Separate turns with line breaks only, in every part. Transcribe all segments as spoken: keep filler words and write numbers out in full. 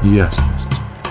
ясность.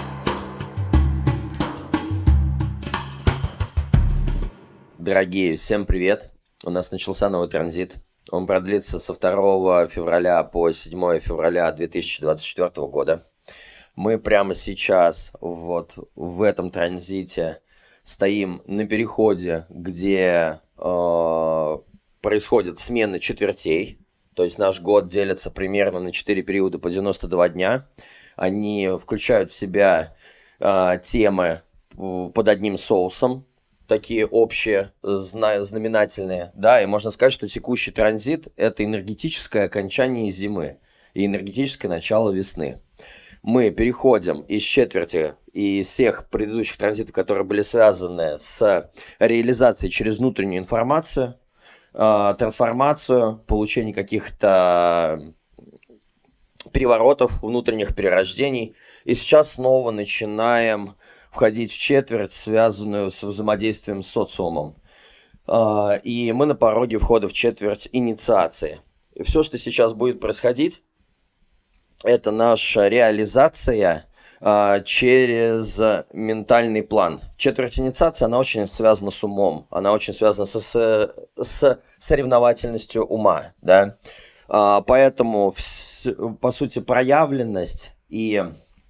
Дорогие, всем привет! У нас начался новый транзит. Он продлится со второго февраля по седьмое февраля две тысячи двадцать четвёртого года. Мы прямо сейчас вот в этом транзите стоим на переходе, где э, происходит смена четвертей. То есть наш год делится примерно на четыре периода по девяносто два дня. Они включают в себя э, темы под одним соусом, такие общие, знаменательные, да, и можно сказать, что текущий транзит – это энергетическое окончание зимы и энергетическое начало весны. Мы переходим из четверти и из всех предыдущих транзитов, которые были связаны с реализацией через внутреннюю информацию, трансформацию, получение каких-то переворотов, внутренних перерождений, и сейчас снова начинаем входить в четверть, связанную с взаимодействием с социумом. И мы на пороге входа в четверть инициации. И все, что сейчас будет происходить, это наша реализация через ментальный план. Четверть инициации, она очень связана с умом, она очень связана со, с, с соревновательностью ума. Да? Поэтому, по сути, проявленность и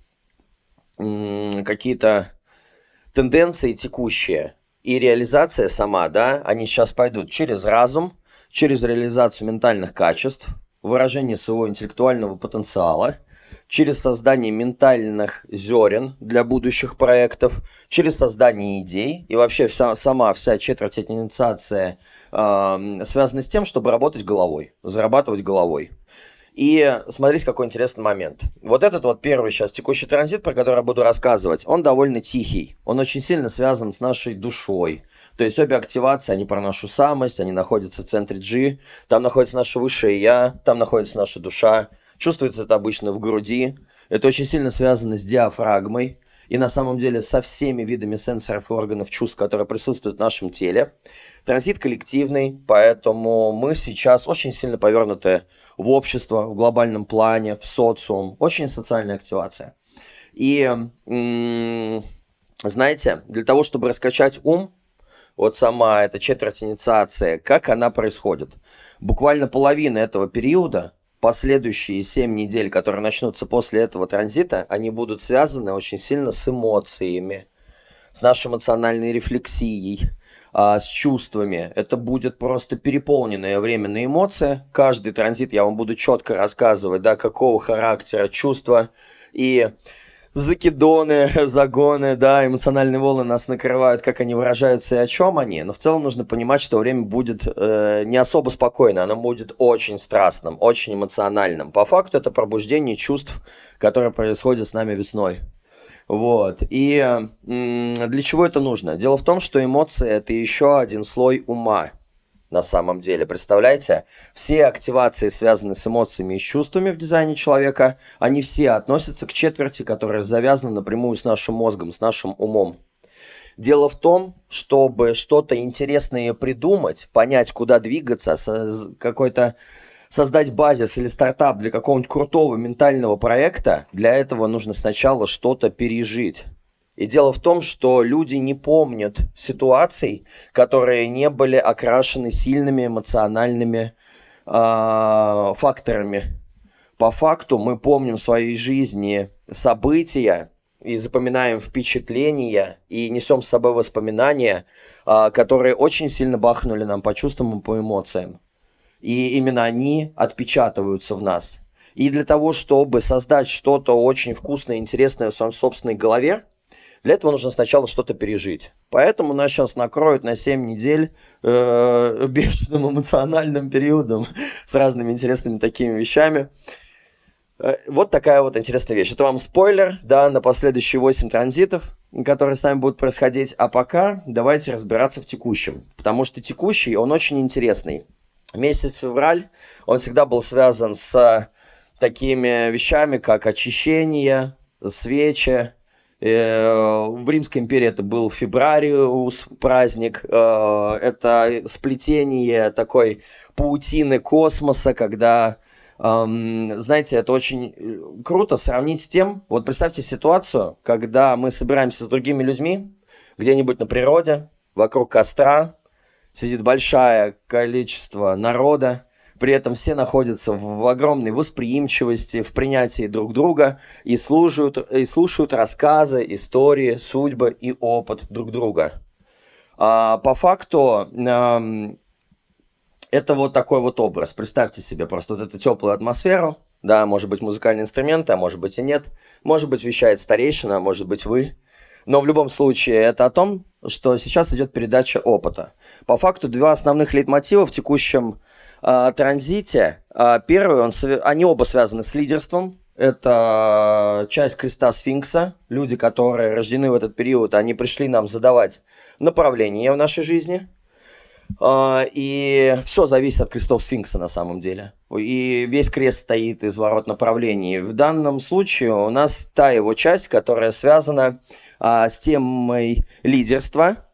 какие-то тенденции текущие и реализация сама, да, они сейчас пойдут через разум, через реализацию ментальных качеств, выражение своего интеллектуального потенциала, через создание ментальных зерен для будущих проектов, через создание идей. И вообще вся, сама вся четверть инициации э, связана с тем, чтобы работать головой, зарабатывать головой. И смотрите, какой интересный момент. Вот этот вот первый сейчас текущий транзит, про который я буду рассказывать, он довольно тихий. Он очень сильно связан с нашей душой. То есть обе активации, они про нашу самость, они находятся в центре G. Там находится наше высшее я, там находится наша душа. Чувствуется это обычно в груди. Это очень сильно связано с диафрагмой. И на самом деле со всеми видами сенсоров и органов чувств, которые присутствуют в нашем теле. Транзит коллективный, поэтому мы сейчас очень сильно повернуты в общество, в глобальном плане, в социум. Очень социальная активация. И, м- знаете, для того, чтобы раскачать ум, вот сама эта четверть инициации, как она происходит? Буквально половина этого периода, последующие семь недель, которые начнутся после этого транзита, они будут связаны очень сильно с эмоциями, с нашей эмоциональной рефлексией, с чувствами. Это будет просто переполненное время на эмоции. Каждый транзит я вам буду четко рассказывать, да, какого характера чувства и закидоны, загоны, да, эмоциональные волны нас накрывают, как они выражаются и о чем они. Но в целом нужно понимать, что время будет э, не особо спокойно, оно будет очень страстным, очень эмоциональным. По факту это пробуждение чувств, которое происходит с нами весной. Вот. И м- для чего это нужно? Дело в том, что эмоции – это еще один слой ума. На самом деле, представляете? Все активации, связанные с эмоциями и с чувствами в дизайне человека, они все относятся к четверти, которая завязана напрямую с нашим мозгом, с нашим умом. Дело в том, чтобы что-то интересное придумать, понять, куда двигаться, какой-то создать базис или стартап для какого-нибудь крутого ментального проекта, для этого нужно сначала что-то пережить. И дело в том, что люди не помнят ситуаций, которые не были окрашены сильными эмоциональными э, факторами. По факту мы помним в своей жизни события и запоминаем впечатления и несем с собой воспоминания, э, которые очень сильно бахнули нам по чувствам и по эмоциям. И именно они отпечатываются в нас. И для того, чтобы создать что-то очень вкусное и интересное в своей собственной голове, для этого нужно сначала что-то пережить. Поэтому нас сейчас накроют на семь недель э, бешеным эмоциональным периодом с разными интересными такими вещами. Э, вот такая вот интересная вещь. Это вам спойлер, да, на последующие восемь транзитов, которые с нами будут происходить. А пока давайте разбираться в текущем. Потому что текущий, он очень интересный. Месяц февраль, он всегда был связан с такими вещами, как очищение, свечи. В Римской империи это был фебрариус праздник, это сплетение такой паутины космоса, когда Эм, знаете, это очень круто сравнить с тем, вот представьте ситуацию, когда мы собираемся с другими людьми где-нибудь на природе, вокруг костра, сидит большое количество народа, при этом все находятся в огромной восприимчивости, в принятии друг друга и слушают, и слушают рассказы, истории, судьбы и опыт друг друга. А, по факту, эм, это вот такой вот образ. Представьте себе просто вот эту теплую атмосферу. Да, может быть музыкальные инструменты, а может быть и нет. Может быть вещает старейшина, а может быть вы. Но в любом случае это о том, что сейчас идет передача опыта. По факту два основных лейтмотива в текущем э, транзите. Э, первый, он, они оба связаны с лидерством. Это часть креста сфинкса. Люди, которые рождены в этот период, они пришли нам задавать направление в нашей жизни. Э, и все зависит от крестов сфинкса на самом деле. И весь крест стоит из ворот направлений. В данном случае у нас та его часть, которая связана с темой лидерства,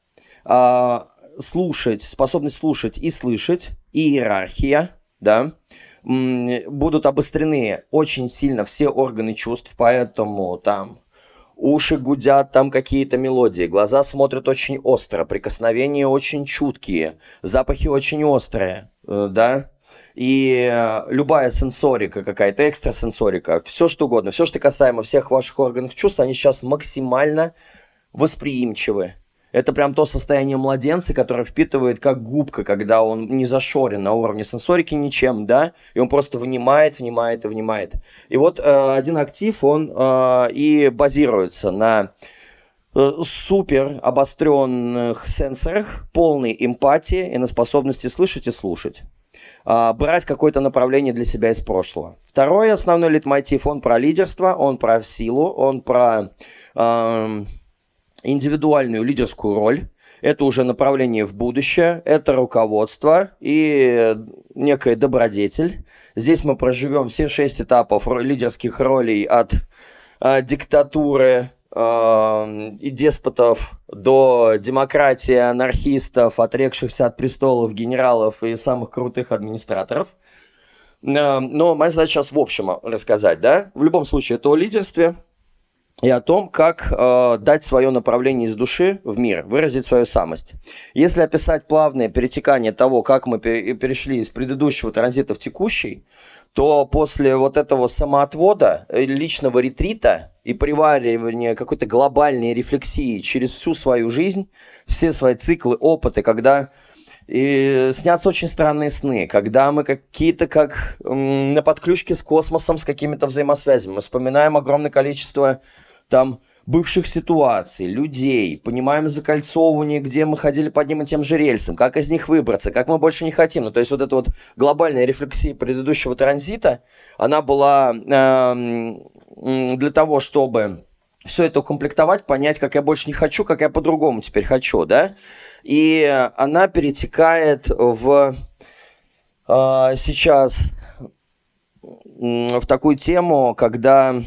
слушать, способность слушать и слышать, и иерархия, да, будут обострены очень сильно все органы чувств, поэтому там уши гудят, там какие-то мелодии, глаза смотрят очень остро, прикосновения очень чуткие, запахи очень острые, да, и любая сенсорика какая-то, экстрасенсорика, все что угодно, все, что касаемо всех ваших органов чувств, они сейчас максимально восприимчивы. Это прям то состояние младенца, которое впитывает как губка, когда он не зашорен на уровне сенсорики ничем, да, и он просто внимает, внимает и внимает. И вот э, один актив, он э, и базируется на э, супер обостренных сенсорах, полной эмпатии и на способности слышать и слушать. Брать какое-то направление для себя из прошлого. Второй основной лейтмотив, он про лидерство, он про силу, он про э, индивидуальную лидерскую роль. Это уже направление в будущее, это руководство и некая добродетель. Здесь мы проживем все шесть этапов лидерских ролей от э, диктатуры и деспотов до демократии, анархистов, отрекшихся от престолов, генералов и самых крутых администраторов. Но моя задача сейчас в общем рассказать, да? В любом случае, это о лидерстве и о том, как э, дать свое направление из души в мир, выразить свою самость. Если описать плавное перетекание того, как мы перешли из предыдущего транзита в текущий, то после вот этого самоотвода, личного ретрита и приваривания какой-то глобальной рефлексии через всю свою жизнь, все свои циклы, опыты, когда и снятся очень странные сны, когда мы какие-то как м, на подключке с космосом, с какими-то взаимосвязями, мы вспоминаем огромное количество там бывших ситуаций, людей, понимаем закольцовывание, где мы ходили по одним и тем же рельсам, как из них выбраться, как мы больше не хотим. Ну, то есть вот эта вот глобальная рефлексия предыдущего транзита, она была э, для того, чтобы все это укомплектовать, понять, как я больше не хочу, как я по-другому теперь хочу, да? И она перетекает в э, сейчас в такую тему, когда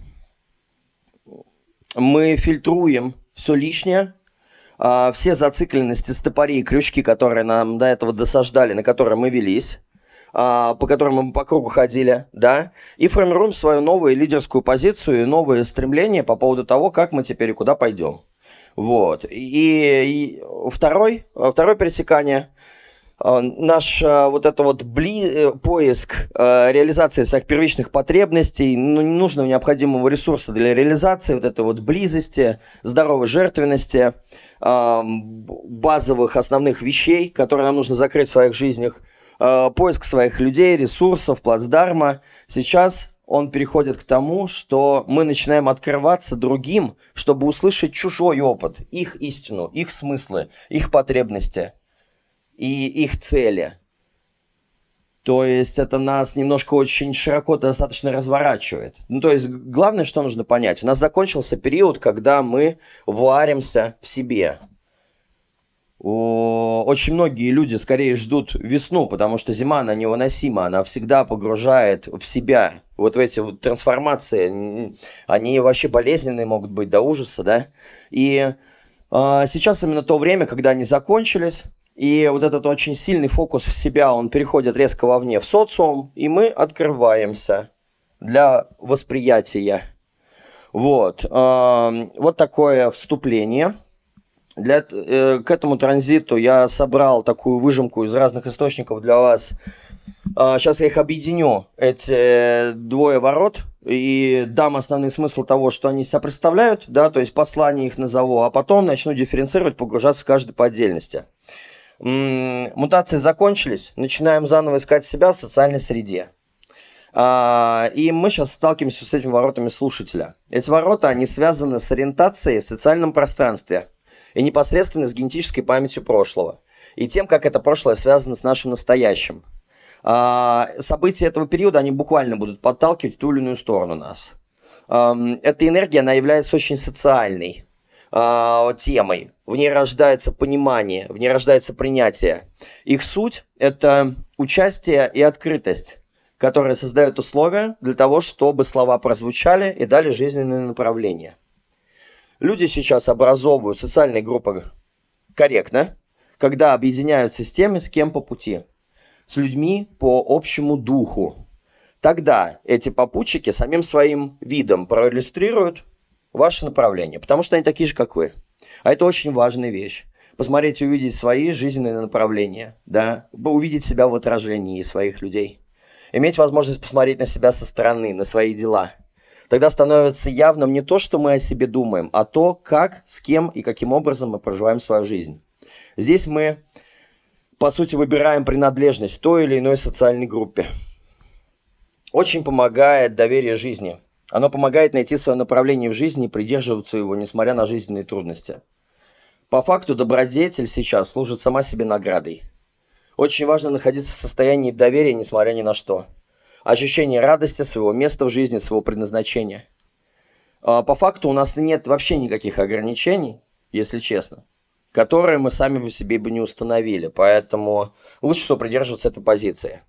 мы фильтруем все лишнее, э, все зацикленности, стопори и крючки, которые нам до этого досаждали, на которые мы велись, э, по которым мы по кругу ходили, да, и формируем свою новую лидерскую позицию и новые стремления по поводу того, как мы теперь и куда пойдем. Вот. И, и второй, второе пересекание, наш вот это вот бли, поиск реализации своих первичных потребностей, ну, ненужного необходимого ресурса для реализации, вот этой вот близости, здоровой жертвенности, базовых основных вещей, которые нам нужно закрыть в своих жизнях, поиск своих людей, ресурсов, плацдарма. Сейчас он переходит к тому, что мы начинаем открываться другим, чтобы услышать чужой опыт, их истину, их смыслы, их потребности и их цели. То есть это нас немножко очень широко достаточно разворачивает. Ну, то есть главное, что нужно понять. У нас закончился период, когда мы варимся в себе. Очень многие люди скорее ждут весну, потому что зима, она невыносима, она всегда погружает в себя. Вот в эти вот трансформации, они вообще болезненные могут быть до ужаса, да. И э, сейчас именно то время, когда они закончились, И вот этот очень сильный фокус в себя, он переходит резко вовне, в социум, и мы открываемся для восприятия. Вот, вот такое вступление. Для, к этому транзиту я собрал такую выжимку из разных источников для вас. Сейчас я их объединю, эти двое ворот, и дам основной смысл того, что они себя представляют, да, то есть послание их назову, а потом начну дифференцировать, погружаться в каждый по отдельности. Мутации закончились, начинаем заново искать себя в социальной среде. И мы сейчас сталкиваемся с этими воротами слушателя. Эти ворота, они связаны с ориентацией в социальном пространстве и непосредственно с генетической памятью прошлого. И тем, как это прошлое связано с нашим настоящим. События этого периода, они буквально будут подталкивать в ту или иную сторону нас. Эта энергия, она является очень социальной темой. В ней рождается понимание, в ней рождается принятие. Их суть – это участие и открытость, которые создают условия для того, чтобы слова прозвучали и дали жизненное направление. Люди сейчас образовывают социальные группы корректно, когда объединяются с теми, с кем по пути, с людьми по общему духу. Тогда эти попутчики самим своим видом проиллюстрируют ваше направление, потому что они такие же, как вы. А это очень важная вещь. Посмотреть и увидеть свои жизненные направления, да, увидеть себя в отражении своих людей. Иметь возможность посмотреть на себя со стороны, на свои дела. Тогда становится явным не то, что мы о себе думаем, а то, как, с кем и каким образом мы проживаем свою жизнь. Здесь мы, по сути, выбираем принадлежность той или иной социальной группе. Очень помогает доверие жизни. Оно помогает найти свое направление в жизни и придерживаться его, несмотря на жизненные трудности. По факту, добродетель сейчас служит сама себе наградой. Очень важно находиться в состоянии доверия, несмотря ни на что. Ощущение радости, своего места в жизни, своего предназначения. По факту у нас нет вообще никаких ограничений, если честно, которые мы сами бы себе бы не установили. Поэтому лучше всего придерживаться этой позиции.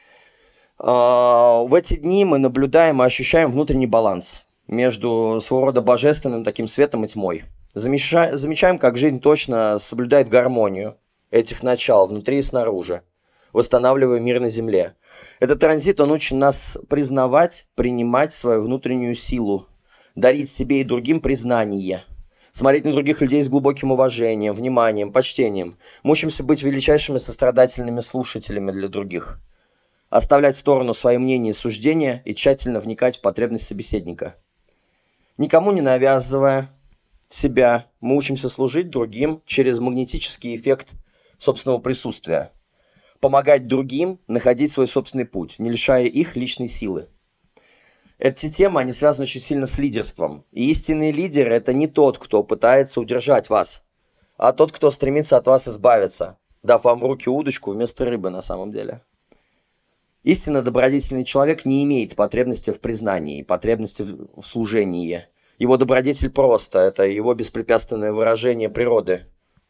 В эти дни мы наблюдаем и ощущаем внутренний баланс между своего рода божественным таким светом и тьмой. Замечаем, как жизнь точно соблюдает гармонию этих начал внутри и снаружи, восстанавливая мир на земле. Этот транзит, он учит нас признавать, принимать свою внутреннюю силу, дарить себе и другим признание, смотреть на других людей с глубоким уважением, вниманием, почтением. Мы учимся быть величайшими сострадательными слушателями для других, оставлять в сторону свои мнения и суждения и тщательно вникать в потребность собеседника. Никому не навязывая себя, мы учимся служить другим через магнетический эффект собственного присутствия. Помогать другим находить свой собственный путь, не лишая их личной силы. Эти темы, они связаны очень сильно с лидерством. И истинный лидер – это не тот, кто пытается удержать вас, а тот, кто стремится от вас избавиться, дав вам в руки удочку вместо рыбы на самом деле. Истинно добродетельный человек не имеет потребности в признании, потребности в служении. Его добродетель просто – это его беспрепятственное выражение природы.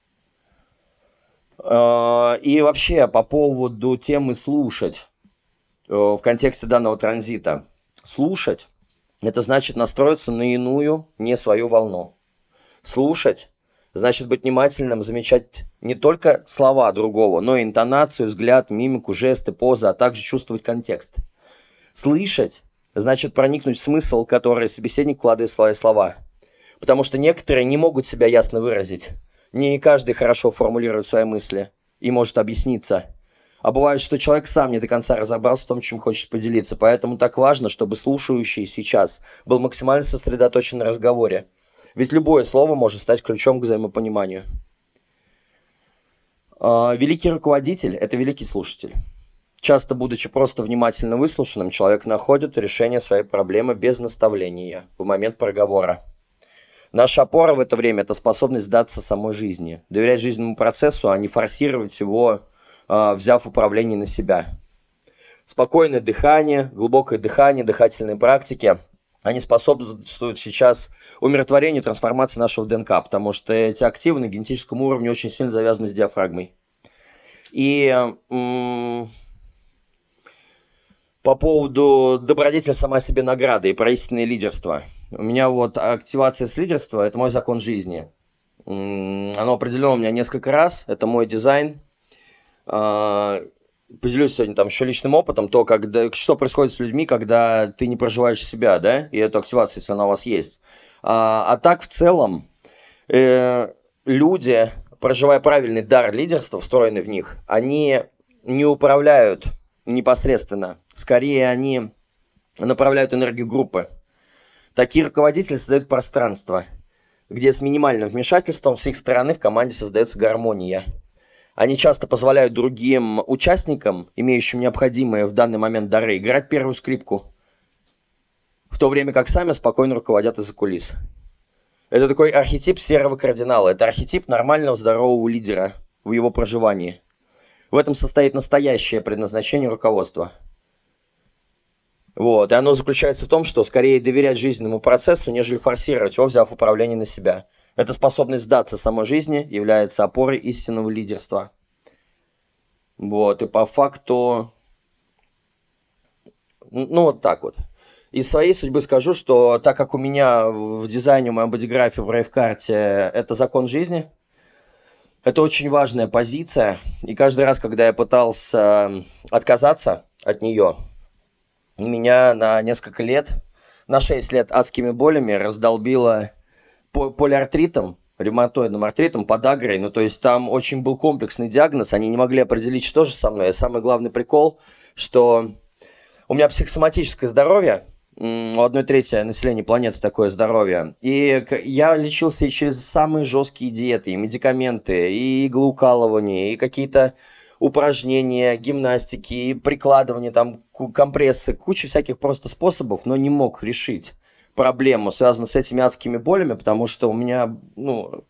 И вообще, по поводу темы «слушать» в контексте данного транзита. Слушать – это значит настроиться на иную, не свою волну. Слушать – значит быть внимательным, замечать не только слова другого, но и интонацию, взгляд, мимику, жесты, позы, а также чувствовать контекст. Слышать – значит проникнуть в смысл, который собеседник вкладывает в свои слова. Потому что некоторые не могут себя ясно выразить. Не каждый хорошо формулирует свои мысли и может объясниться. А бывает, что человек сам не до конца разобрался в том, чем хочет поделиться. Поэтому так важно, чтобы слушающий сейчас был максимально сосредоточен на разговоре. Ведь любое слово может стать ключом к взаимопониманию. Великий руководитель – это великий слушатель. Часто, будучи просто внимательно выслушанным, человек находит решение своей проблемы без наставления в момент проговора. Наша опора в это время – это способность сдаться самой жизни, доверять жизненному процессу, а не форсировать его, взяв управление на себя. Спокойное дыхание, глубокое дыхание, дыхательные практики – они способствуют сейчас умиротворению, трансформации нашего ДНК, потому что эти активы на генетическом уровне очень сильно завязаны с диафрагмой. И м- по поводу добродетель сама себе награды и про истинное лидерство. У меня вот активация с лидерства – это мой закон жизни. Оно определено у меня несколько раз. Это мой дизайн. Поделюсь сегодня там еще личным опытом, то, когда, что происходит с людьми, когда ты не проживаешь себя, да, и эту активацию, если она у вас есть. А, а так, в целом, э, люди, проживая правильный дар лидерства, встроенный в них, они не управляют непосредственно. Скорее, они направляют энергию группы. Такие руководители создают пространство, где с минимальным вмешательством с их стороны в команде создается гармония. Они часто позволяют другим участникам, имеющим необходимые в данный момент дары, играть первую скрипку, в то время как сами спокойно руководят из-за кулис. Это такой архетип серого кардинала. Это архетип нормального здорового лидера в его проживании. В этом состоит настоящее предназначение руководства. Вот. И оно заключается в том, что скорее доверять жизненному процессу, нежели форсировать его, взяв управление на себя. Эта способность сдаться самой жизни является опорой истинного лидерства. Вот, и по факту, ну вот так вот. Из своей судьбы скажу, что так как у меня в дизайне, в моем бодиграфе, в рейв-карте это закон жизни, это очень важная позиция. И каждый раз, когда я пытался отказаться от нее, меня на несколько лет, на шесть лет адскими болями раздолбило полиартритом, ревматоидным артритом, подагрой. Ну, то есть там очень был комплексный диагноз, они не могли определить, что же со мной. И самый главный прикол, что у меня психосоматическое здоровье, у одной трети населения планеты такое здоровье. И я лечился и через самые жесткие диеты, и медикаменты, и иглоукалывания, и какие-то упражнения, гимнастики, и прикладывания, там, компрессы, куча всяких просто способов, но не мог решить проблему, связанную с этими адскими болями, потому что у меня, ну,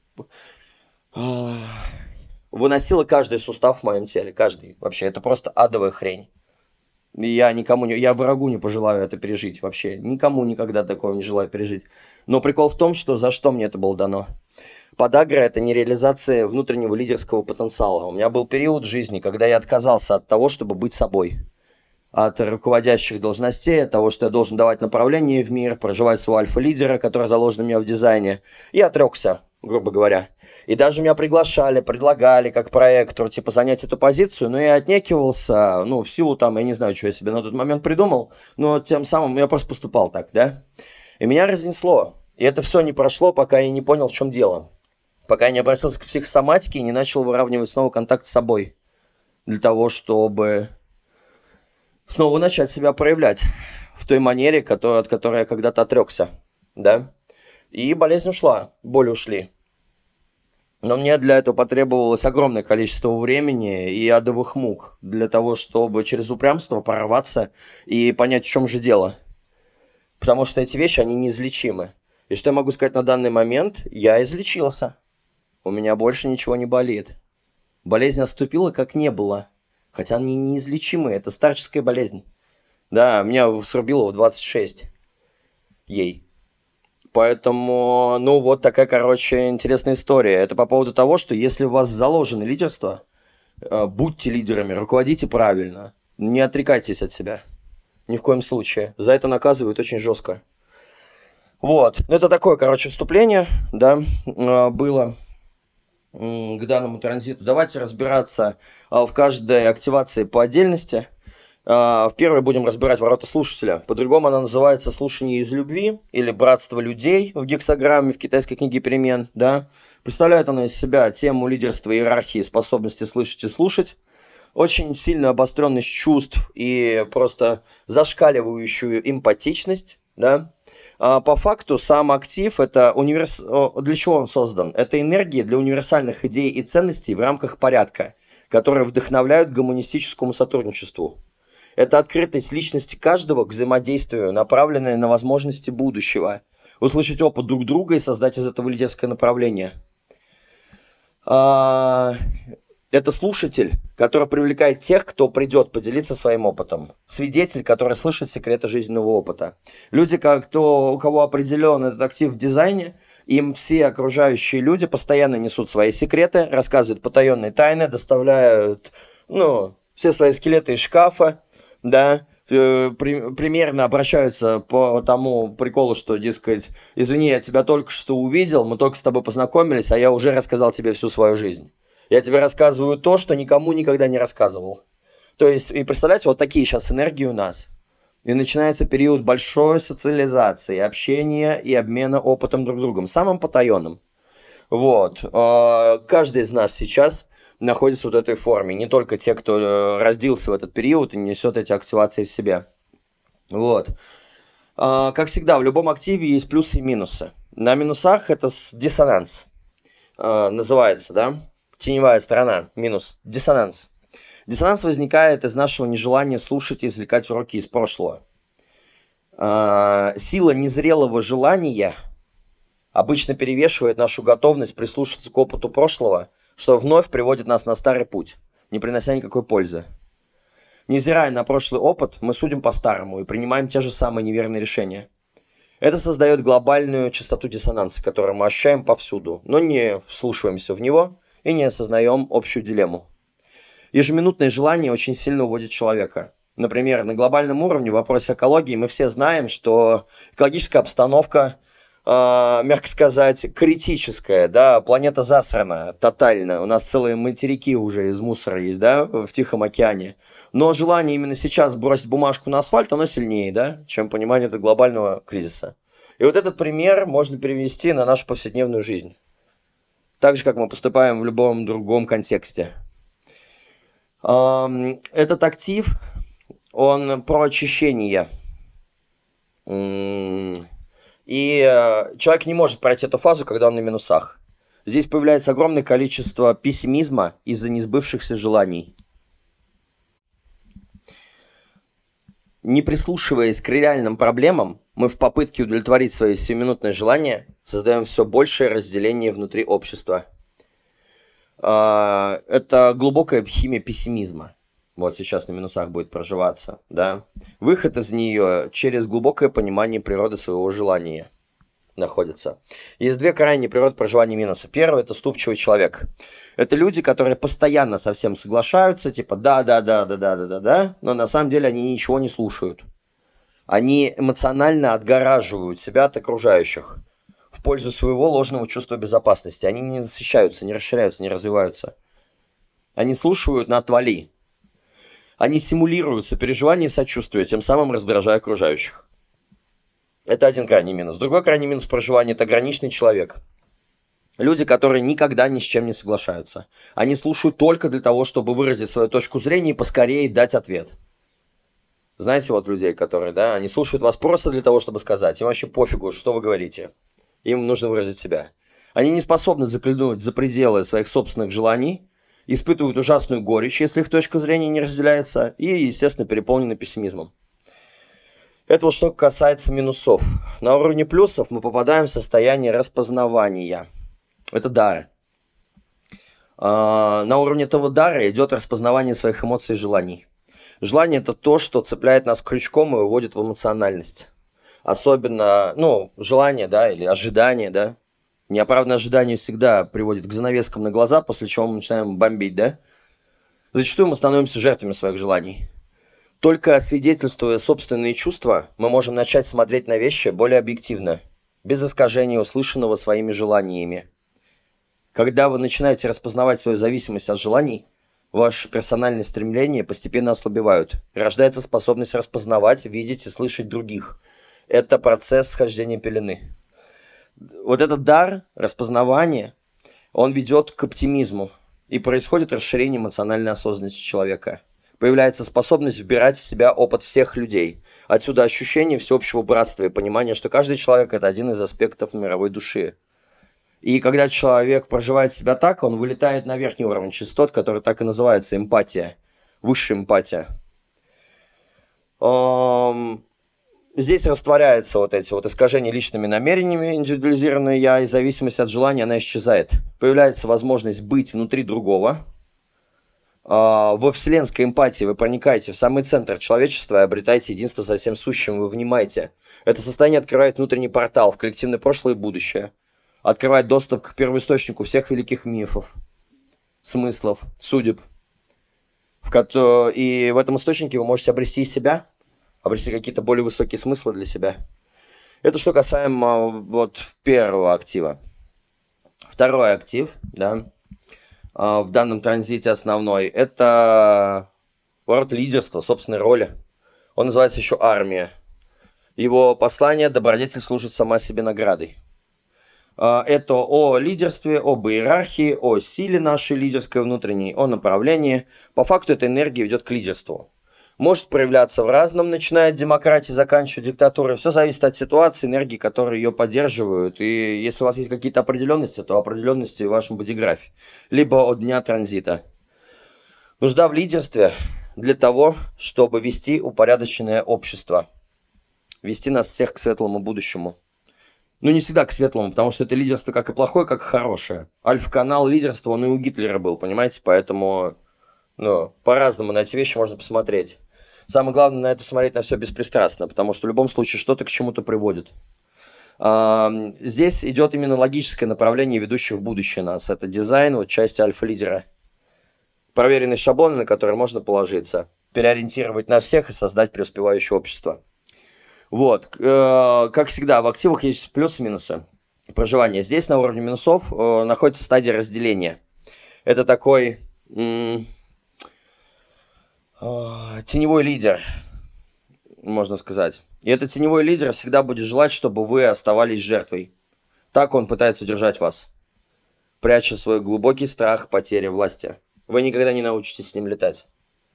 выносило каждый сустав в моем теле, каждый. Вообще, это просто адовая хрень. И я никому не, я врагу не пожелаю это пережить вообще. Никому никогда такого не желаю пережить. Но прикол в том, что за что мне это было дано. Подагра – это нереализация внутреннего лидерского потенциала. У меня был период в жизни, когда я отказался от того, чтобы быть собой. От руководящих должностей, от того, что я должен давать направление в мир, проживать своего альфа-лидера, который заложен у меня в дизайне, и отрекся, грубо говоря. И даже меня приглашали, предлагали как проектору, типа, занять эту позицию, но я отнекивался, ну, в силу там, я не знаю, что я себе на тот момент придумал, но тем самым я просто поступал так, да. И меня разнесло, и это все не прошло, пока я не понял, в чем дело. Пока я не обратился к психосоматике и не начал выравнивать снова контакт с собой, для того, чтобы снова начать себя проявлять в той манере, который, от которой я когда-то отрекся, да. И болезнь ушла, боли ушли. Но мне для этого потребовалось огромное количество времени и адовых мук, для того, чтобы через упрямство прорваться и понять, в чем же дело. Потому что эти вещи, они неизлечимы. И что я могу сказать на данный момент? Я излечился. У меня больше ничего не болит. Болезнь отступила, как не было. Хотя они неизлечимы, это старческая болезнь. Да, меня срубило в двадцать шесть. Ей. Поэтому, ну, вот такая, короче, интересная история. Это по поводу того, что если у вас заложено лидерство, будьте лидерами, руководите правильно. Не отрекайтесь от себя. Ни в коем случае. За это наказывают очень жестко. Вот. Ну, это такое, короче, вступление, да, было к данному транзиту. Давайте разбираться в каждой активации по отдельности. В первой будем разбирать ворота слушателя. По-другому она называется слушание из любви или братство людей в гексаграмме в китайской книге перемен. Да? Представляет она из себя тему лидерства, иерархии, способности слышать и слушать. Очень сильную обостренность чувств и просто зашкаливающую эмпатичность. Да? А по факту сам актив, это универс... для чего он создан? Это энергия для универсальных идей и ценностей в рамках порядка, которые вдохновляют к гуманистическому сотрудничеству. Это открытость личности каждого к взаимодействию, направленная на возможности будущего, услышать опыт друг друга и создать из этого лидерское направление. Это слушатель, который привлекает тех, кто придет поделиться своим опытом. Свидетель, который слышит секреты жизненного опыта. Люди, кто, у кого определен этот актив в дизайне, им все окружающие люди постоянно несут свои секреты, рассказывают потаенные тайны, доставляют, ну, все свои скелеты из шкафа, да, э, при- примерно обращаются по тому приколу, что, дескать, извини, я тебя только что увидел, мы только с тобой познакомились, а я уже рассказал тебе всю свою жизнь. Я тебе рассказываю то, что никому никогда не рассказывал. То есть, и представляете, вот такие сейчас энергии у нас. И начинается период большой социализации, общения и обмена опытом друг с другом, самым потаенным. Вот. А, Каждый из нас сейчас находится в вот этой форме. Не только те, кто э, родился в этот период и несет эти активации в себе. Вот. А, Как всегда, в любом активе есть плюсы и минусы. На минусах это с- диссонанс. А, Называется, да? Теневая сторона. Минус. Диссонанс. Диссонанс возникает из нашего нежелания слушать и извлекать уроки из прошлого. А, Сила незрелого желания обычно перевешивает нашу готовность прислушаться к опыту прошлого, что вновь приводит нас на старый путь, не принося никакой пользы. Невзирая на прошлый опыт, мы судим по-старому и принимаем те же самые неверные решения. Это создает глобальную частоту диссонанса, которую мы ощущаем повсюду, но не вслушиваемся в него и не осознаем общую дилемму. Ежеминутное желание очень сильно уводит человека. Например, на глобальном уровне в вопросе экологии мы все знаем, что экологическая обстановка, э, мягко сказать, критическая, да, планета засрана тотально. У нас целые материки уже из мусора есть, да, в Тихом океане. Но желание именно сейчас бросить бумажку на асфальт, оно сильнее, да, чем понимание этого глобального кризиса. И вот этот пример можно перевести на нашу повседневную жизнь. Так же, как мы поступаем в любом другом контексте. Ам, Этот актив, он про очищение. М, И э, человек не может пройти эту фазу, когда он на минусах. Здесь появляется огромное количество пессимизма из-за несбывшихся желаний. Не прислушиваясь к реальным проблемам, мы в попытке удовлетворить свои сиюминутные желания создаем все большее разделение внутри общества. А, Это глубокая химия пессимизма. Вот сейчас на минусах будет проживаться, да. Выход из нее через глубокое понимание природы своего желания находится. Есть две крайние природы проживания минуса. Первый – это ступчивый человек. Это люди, которые постоянно со всем соглашаются, типа да-да-да-да-да-да-да, но на самом деле они ничего не слушают. Они эмоционально отгораживают себя от окружающих в пользу своего ложного чувства безопасности. Они не насыщаются, не расширяются, не развиваются. Они слушают на отвали. Они симулируют сопереживание и сочувствие, тем самым раздражая окружающих. Это один крайний минус. Другой крайний минус проживания – это ограниченный человек. Люди, которые никогда ни с чем не соглашаются. Они слушают только для того, чтобы выразить свою точку зрения и поскорее дать ответ. Знаете, вот людей, которые, да, они слушают вас просто для того, чтобы сказать. Им вообще пофигу, что вы говорите. Им нужно выразить себя. Они не способны заглянуть за пределы своих собственных желаний, испытывают ужасную горечь, если их точка зрения не разделяется, и, естественно, переполнены пессимизмом. Это вот что касается минусов. На уровне плюсов мы попадаем в состояние распознавания. Это дары. А, На уровне этого дара идет распознавание своих эмоций и желаний. Желание – это то, что цепляет нас крючком и выводит в эмоциональность. Особенно, ну, желание, да, или ожидание, да. Неоправданное ожидание всегда приводит к занавескам на глаза, после чего мы начинаем бомбить, да. Зачастую мы становимся жертвами своих желаний. Только свидетельствуя собственные чувства, мы можем начать смотреть на вещи более объективно, без искажения услышанного своими желаниями. Когда вы начинаете распознавать свою зависимость от желаний, ваши персональные стремления постепенно ослабевают. Рождается способность распознавать, видеть и слышать других. Это процесс схождения пелены. Вот этот дар распознавания, он ведет к оптимизму, и происходит расширение эмоциональной осознанности человека. Появляется способность вбирать в себя опыт всех людей. Отсюда ощущение всеобщего братства и понимание, что каждый человек – это один из аспектов мировой души. И когда человек проживает себя так, он вылетает на верхний уровень частот, который так и называется эмпатия, высшая эмпатия. Эм, Здесь растворяются вот эти вот искажения личными намерениями, индивидуализированное я, и зависимость от желания, она исчезает. Появляется возможность быть внутри другого. А, Во вселенской эмпатии вы проникаете в самый центр человечества и обретаете единство со всем сущим, вы внимаете. Это состояние открывает внутренний портал в коллективное прошлое и будущее. Открывает доступ к первоисточнику всех великих мифов, смыслов, судеб. В ко- И в этом источнике вы можете обрести себя, обрести какие-то более высокие смыслы для себя. Это что касаемо вот первого актива. Второй актив, да, в данном транзите основной, это ворот лидерства, собственной роли. Он называется еще армия. Его послание «Добродетель служит сама себе наградой». Это о лидерстве, об иерархии, о силе нашей лидерской внутренней, о направлении. По факту эта энергия ведет к лидерству. Может проявляться в разном, начиная от демократии, заканчивая диктатурой. Все зависит от ситуации, энергии, которые ее поддерживают. И если у вас есть какие-то определенности, то определенности в вашем бодиграфе. Либо от дня транзита. Нужда в лидерстве для того, чтобы вести упорядоченное общество. Вести нас всех к светлому будущему. Ну, не всегда к светлому, потому что это лидерство как и плохое, как и хорошее. Альфа-канал лидерства, он и у Гитлера был, понимаете? Поэтому, ну, по-разному на эти вещи можно посмотреть. Самое главное на это смотреть на все беспристрастно, потому что в любом случае что-то к чему-то приводит. А, здесь идет именно логическое направление, ведущее в будущее нас. Это дизайн, вот часть альфа-лидера. Проверенный шаблон, на который можно положиться. Переориентировать на всех и создать преуспевающее общество. Вот, э, как всегда, в активах есть плюсы и минусы проживания. Здесь на уровне минусов э, находится стадия разделения. Это такой м- э, теневой лидер, можно сказать. И этот теневой лидер всегда будет желать, чтобы вы оставались жертвой. Так он пытается удержать вас, пряча свой глубокий страх потери власти. Вы никогда не научитесь с ним летать.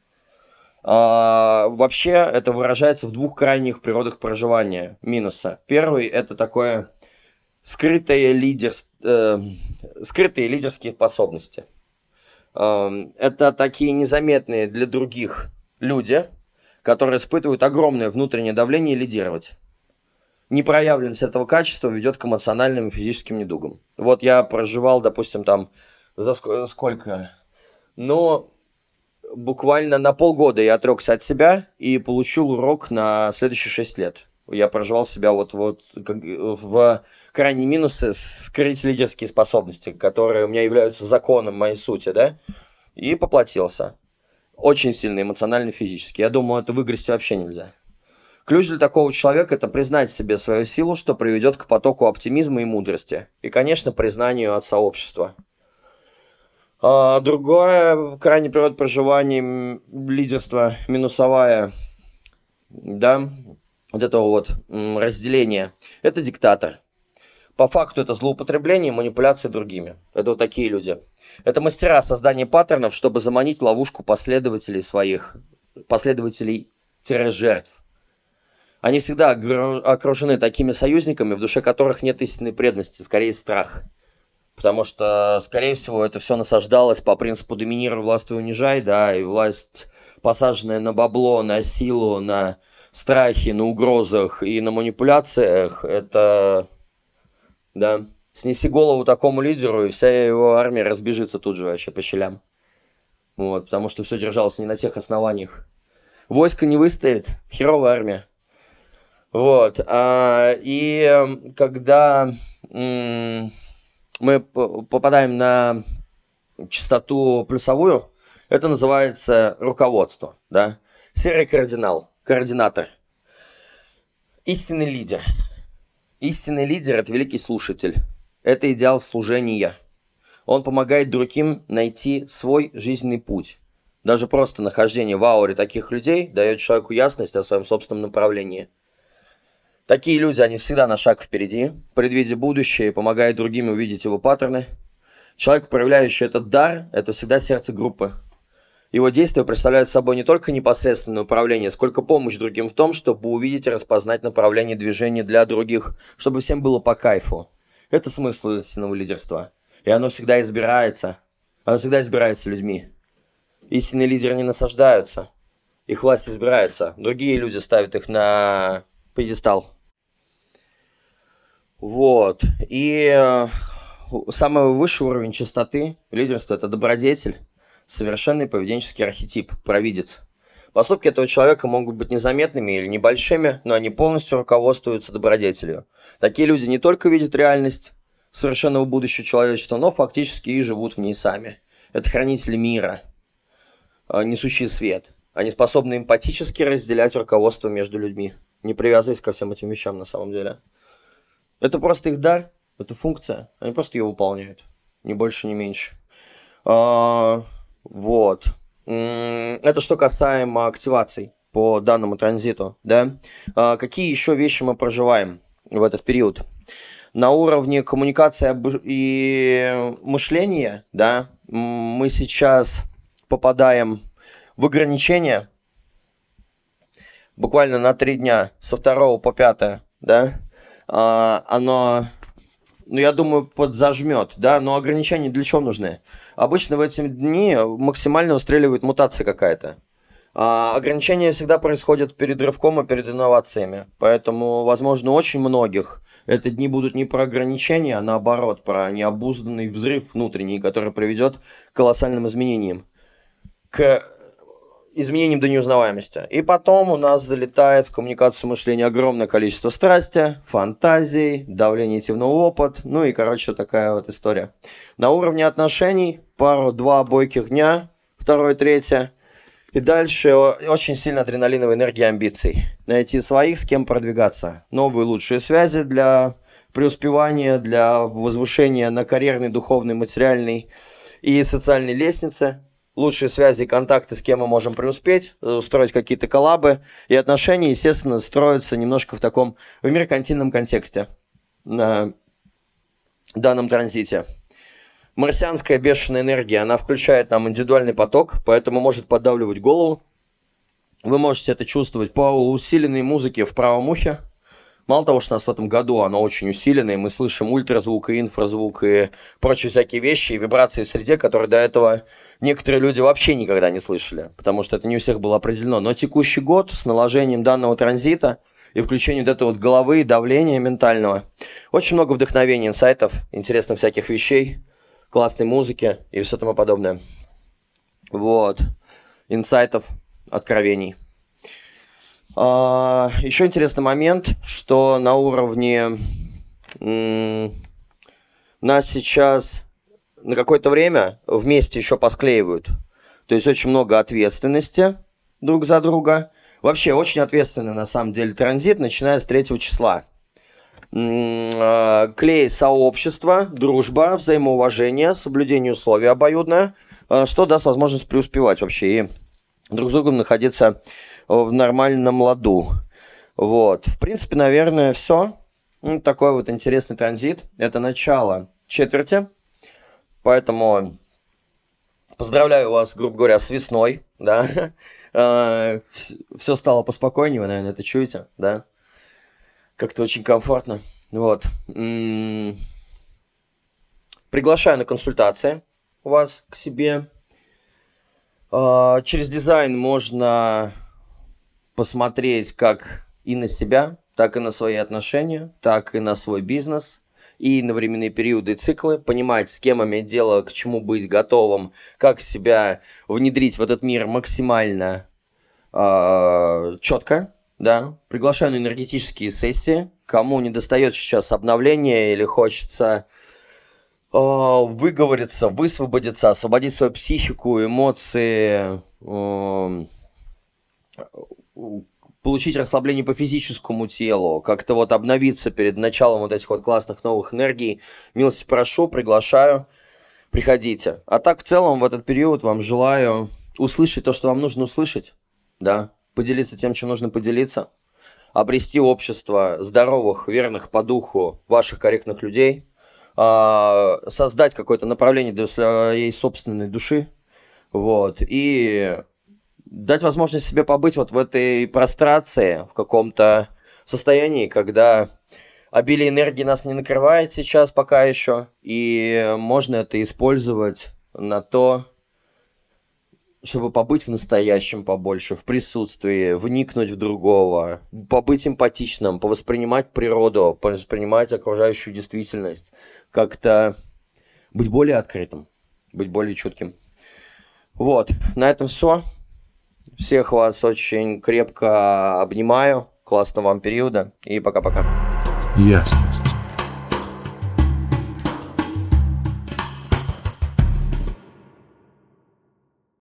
А, вообще, это выражается в двух крайних природах проживания минуса. Первый – это такое скрытые, лидер, э, скрытые лидерские способности. Э, это такие незаметные для других люди, которые испытывают огромное внутреннее давление лидировать. Непроявленность этого качества ведет к эмоциональным и физическим недугам. Вот я проживал, допустим, там за сколько? Но... Буквально на полгода я отрекся от себя и получил урок на следующие шесть лет. Я проживал себя вот, вот как, в крайние минусы, скрыть лидерские способности, которые у меня являются законом моей сути, да, и поплатился. Очень сильно эмоционально, физически. Я думал, это выгрести вообще нельзя. Ключ для такого человека – это признать в себе свою силу, что приведет к потоку оптимизма и мудрости. И, конечно, признанию от сообщества. А другое, крайне природа проживания, лидерство, минусовая, да, вот это вот разделение, это диктатор. По факту это злоупотребление и манипуляции другими. Это вот такие люди. Это мастера создания паттернов, чтобы заманить в ловушку последователей своих, последователей-жертв. Они всегда окружены такими союзниками, в душе которых нет истинной преданности, скорее страх. Потому что, скорее всего, это все насаждалось по принципу доминируй, властвуй, унижай, да, и власть, посаженная на бабло, на силу, на страхе, на угрозах и на манипуляциях, это, да, снеси голову такому лидеру, и вся его армия разбежится тут же вообще по щелям. Вот, потому что все держалось не на тех основаниях. Войско не выстоит, херовая армия. Вот, а, и когда... М- мы попадаем на частоту плюсовую, это называется руководство, да? Серый кардинал, координатор. Истинный лидер. Истинный лидер – это великий слушатель. Это идеал служения. Он помогает другим найти свой жизненный путь. Даже просто нахождение в ауре таких людей дает человеку ясность о своем собственном направлении. Такие люди, они всегда на шаг впереди, предвидя будущее и помогая другим увидеть его паттерны. Человек, проявляющий этот дар, это всегда сердце группы. Его действия представляют собой не только непосредственное управление, сколько помощь другим в том, чтобы увидеть и распознать направление движения для других, чтобы всем было по кайфу. Это смысл истинного лидерства. И оно всегда избирается. Оно всегда избирается людьми. Истинные лидеры не насаждаются. Их власть избирается. Другие люди ставят их на пьедестал. Вот. И э, самый высший уровень чистоты лидерства – это добродетель, совершенный поведенческий архетип, провидец. Поступки этого человека могут быть незаметными или небольшими, но они полностью руководствуются добродетелью. Такие люди не только видят реальность совершенного будущего человечества, но фактически и живут в ней сами. Это хранители мира, несущие свет. Они способны эмпатически разделять руководство между людьми, не привязываясь ко всем этим вещам на самом деле. Это просто их дар, это функция, они просто ее выполняют, ни больше, ни меньше. А, вот. Это что касаемо активаций по данному транзиту, да. А, какие еще вещи мы проживаем в этот период? На уровне коммуникации и мышления, да, мы сейчас попадаем в ограничения буквально на три дня, со второго по пятое, да, а, оно, ну, я думаю, подзажмет, да, но ограничения для чего нужны? Обычно в эти дни максимально выстреливает мутация какая-то. А ограничения всегда происходят перед рывком и перед инновациями, поэтому, возможно, у очень многих эти дни будут не про ограничения, а наоборот, про необузданный взрыв внутренний, который приведет к колоссальным изменениям, к изменениям до неузнаваемости. И потом у нас залетает в коммуникацию мышления огромное количество страсти, фантазий, давления негативного опыта, ну и, короче, такая вот история. На уровне отношений пару-два бойких дня, второе, третье. И дальше очень сильно адреналиновая энергия амбиций. Найти своих, с кем продвигаться. Новые лучшие связи для преуспевания, для возвышения на карьерной, духовной, материальной и социальной лестнице. Лучшие связи и контакты, с кем мы можем преуспеть, устроить какие-то коллабы. И отношения, естественно, строятся немножко в таком в меркантильном контексте на данном транзите. Марсианская бешеная энергия, она включает нам индивидуальный поток, поэтому может поддавливать голову. Вы можете это чувствовать по усиленной музыке в правом ухе. Мало того, что у нас в этом году оно очень усиленное, мы слышим ультразвук и инфразвук и прочие всякие вещи, и вибрации в среде, которые до этого некоторые люди вообще никогда не слышали, потому что это не у всех было определено. Но текущий год с наложением данного транзита и включением вот этой вот головы, давления ментального, очень много вдохновений, инсайтов, интересных всяких вещей, классной музыки и все тому подобное. Вот. Инсайтов, откровений. А, еще интересный момент, что на уровне м- нас сейчас на какое-то время вместе еще посклеивают. То есть очень много ответственности друг за друга. Вообще очень ответственный на самом деле транзит, начиная с третьего числа. Клей сообщества, дружба, взаимоуважение, соблюдение условий обоюдное, что даст возможность преуспевать вообще и друг с другом находиться в нормальном ладу. Вот. В принципе, наверное, все. Ну, такой вот интересный транзит. Это начало четверти. Поэтому поздравляю вас, грубо говоря, с весной. Да? Все стало поспокойнее, вы, наверное, это чуете, да? Как-то очень комфортно. Вот. М-м- Приглашаю на консультации вас к себе. А- через дизайн можно посмотреть как и на себя, так и на свои отношения, так и на свой бизнес, и на временные периоды и циклы, понимать, с кем иметь дело, к чему быть готовым, как себя внедрить в этот мир максимально а- четко. Да, приглашаю на энергетические сессии. Кому не достает сейчас обновления или хочется э, выговориться, высвободиться, освободить свою психику, эмоции, э, получить расслабление по физическому телу, как-то вот обновиться перед началом вот этих вот классных новых энергий, милости прошу, приглашаю, приходите. А так в целом в этот период вам желаю услышать то, что вам нужно услышать, да. Поделиться тем, чем нужно поделиться, обрести общество здоровых, верных по духу ваших корректных людей, создать какое-то направление для своей собственной души, вот, и дать возможность себе побыть вот в этой прострации, в каком-то состоянии, когда обилие энергии нас не накрывает сейчас пока еще, и можно это использовать на то, чтобы побыть в настоящем побольше, в присутствии, вникнуть в другого, побыть эмпатичным, повоспринимать природу, повоспринимать окружающую действительность, как-то быть более открытым, быть более чутким. Вот, на этом все. Всех вас очень крепко обнимаю, классного вам периода и пока-пока.
Ясность.